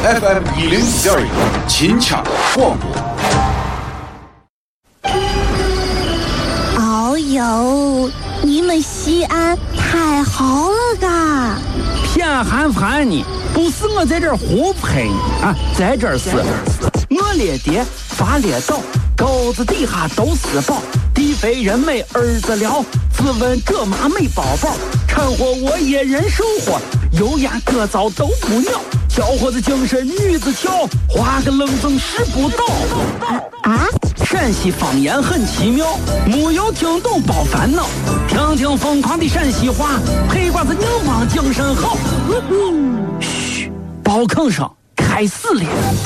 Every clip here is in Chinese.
FM105.1秦腔广播。 哦呦，你们西安太好了嘎！ 偏寒寒你，不是我在这儿胡喷你啊，在这儿是我列爹发列倒，沟子底下都是宝，地肥人美儿子了，自问这妈没宝宝，掺和我也人生活，油盐各糟都不尿，小伙子精神女子俏，画个愣风使不倒啊！ 陕西方言很奇妙，没有听懂别烦恼，听听疯狂的陕西话，黑瓜子硬邦精神好。嘘，包吭声开始了。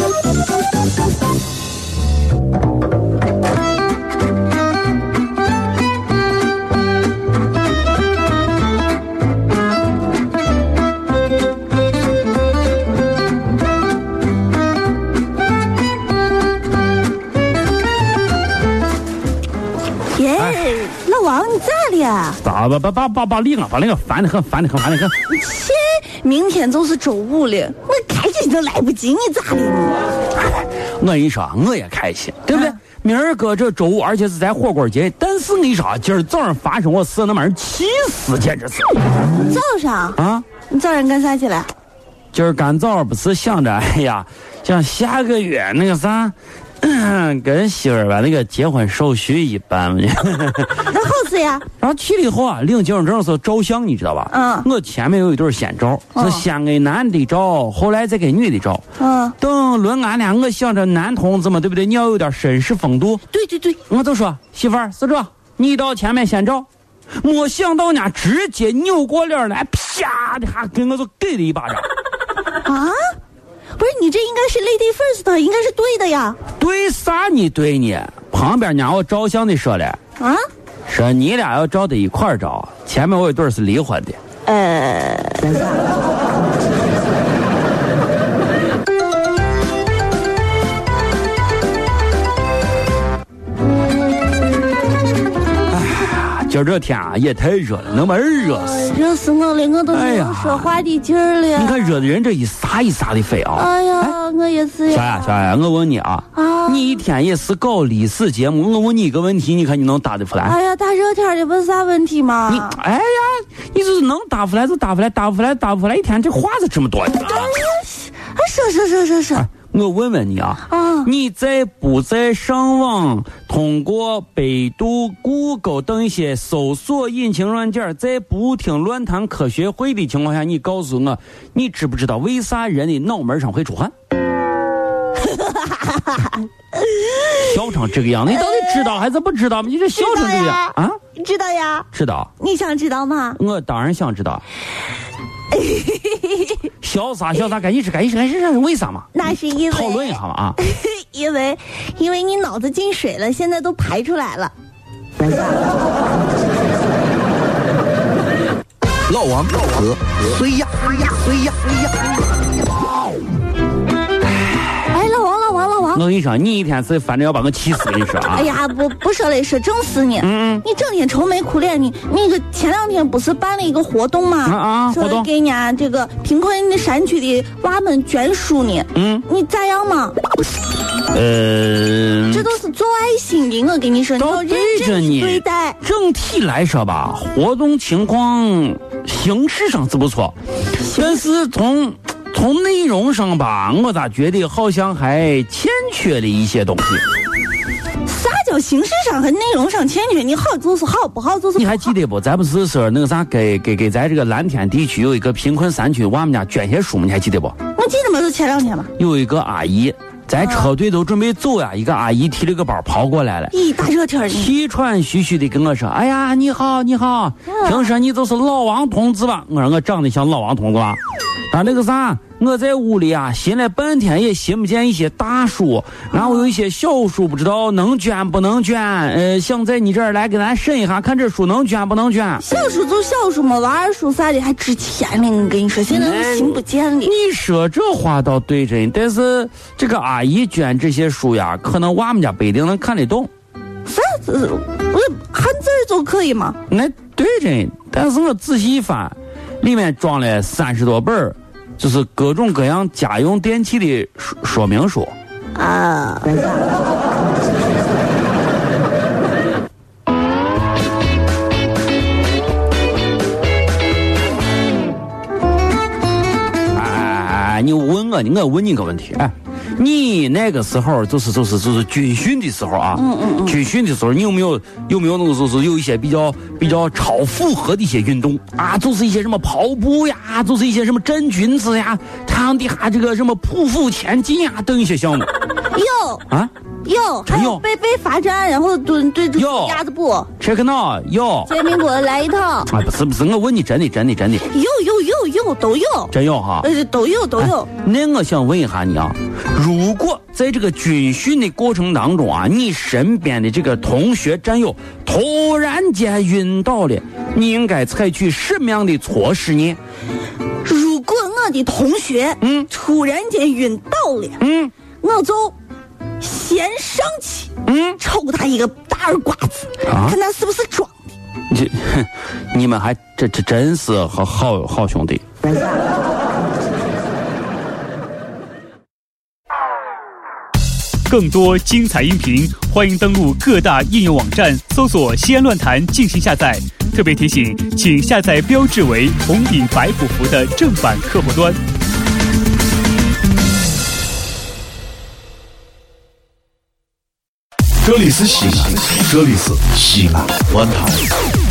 老王，你咋了？ 把领啊，把那个烦得很。 切，明天就是周五了，我开心都来不及，你咋了你？ 我跟你说，我也开心，对不对？明儿个这周五，而且是在火锅节，但是我跟你说，今儿早上发生我事，那玩意儿气死，简直是。 早上啊？ 你早上干啥去了？ 今儿干早不是想着，哎呀，像下个月那个啥。跟媳妇儿把那个结婚手续一办嘛， 那好事呀。 然后去了以后啊，领结婚证的时候照相，你知道吧？ 嗯。 我前面有一对先照，是先给男的照，后来再给女的照。 嗯。 等论俺俩，我想着男同志嘛，对不对？你要有点绅士风度。 对。 我就说媳妇儿是这，你到前面先照。没想到呢，直接扭过脸来，啪的哈给我就给了一巴掌。 啊？不是，你这应该是 lady first， 应该是对的呀。 对啥你对你？旁边让我照相的说了啊， 说你俩要照在一块儿照，前面我有一对是离婚的。今儿这天啊也太热了，那么热死， 热死我了，我都没有说话的劲儿了。 你看热的人这一撒一撒的飞啊！ 哎呀，我也是呀。 小雅，我问你啊，你一天也是搞历史节目，我问你一个问题，你看你能答得出来？ 哎呀，大热天的不是啥问题吗？ 你就是能答出来就答出来，答不出来，一天这话是这么多的啊！ 说。 我问问你啊，你在不在上网通过百度、谷歌等一些搜索引擎软件，在不听乱谈科学会的情况下，你告诉我，你知不知道为啥人的脑门上会出汗？笑成这个样子，你到底知道还是不知道？你这笑成这个样啊？ 知道呀。 知道。 你想知道吗？ 我当然想知道。笑啥？赶紧是为啥嘛？ 那是因为讨论一下嘛啊！ 因为你脑子进水了，现在都排出来了。 老王和谁呀？ 哎，老王， 我跟你说，你一天是反正要把我气死，跟你说啊！ 哎呀，不说了，是整死你！你整天愁眉苦脸，你那个前2天不是办了一个活动吗？ 活动给人家这个贫困的山区的娃们捐书呢。你咋样嘛？这都是做爱心的，我跟你说，你要认真对待。 整体来说吧，活动情况形式上是不错，但是从内容上吧，我咋觉得好像还欠缺了一些东西。 啥叫形式上和内容上欠缺？你好就是好，不好就是不好。 你还记得不？咱不是说那个啥给咱这个蓝天地区有一个贫困山区，娃们家捐些书吗？你还记得不？ 我记得嘛，就前2天嘛。 有一个阿姨在车队都准备走呀，一个阿姨提了个包跑过来了， 大热天的， 气喘吁吁的跟我说：“哎呀，你好，听说你就是老王同志吧？”我说我长得像老王同志吧？他那个啥，我在屋里啊寻了半天也寻不见一些大书，然后有一些小书不知道能捐不能捐，想在你这儿来给咱审一下，看这书能捐不能捐。 小书就小书嘛，娃儿书啥的还值钱呢，我跟你说，现在都寻不见了。 你说这话倒对着，但是这个阿姨捐这些书呀，可能娃们家不一定能看得懂。 啥字？不是汉字就可以吗？ 那对着，但是我仔细一翻，里面装了30多本就是各种各样家用电器的说明书啊。 你问我，我问你个问题，哎，你那个时候就是军训的时候啊，军训的时候，你有没有那个就是有一些比较超负荷的一些运动啊，就是一些什么跑步呀，就是一些什么真君子呀，太阳底下这个什么匍匐前进呀等一些项目。 有啊。有，还有背罚站，然后蹲对鸭子步。 check now 有。 煎饼果子来一套。 啊，不是，我问你真的。 有都有。 真有哈。 都有。 那我想问一下你啊，如果在这个军训的过程当中啊，你身边的这个同学战友突然间晕倒了，你应该采取什么样的措施呢？ 如果我的同学突然间晕倒了，我就先上去，抽他一个大耳刮子，看他是不是装的。 你们还这真是好兄弟。 更多精彩音频，欢迎登录各大应用网站搜索西安论坛进行下载。特别提醒，请下载标志为红底白虎符的正版客户端。 这里是西安，这里是西安论坛。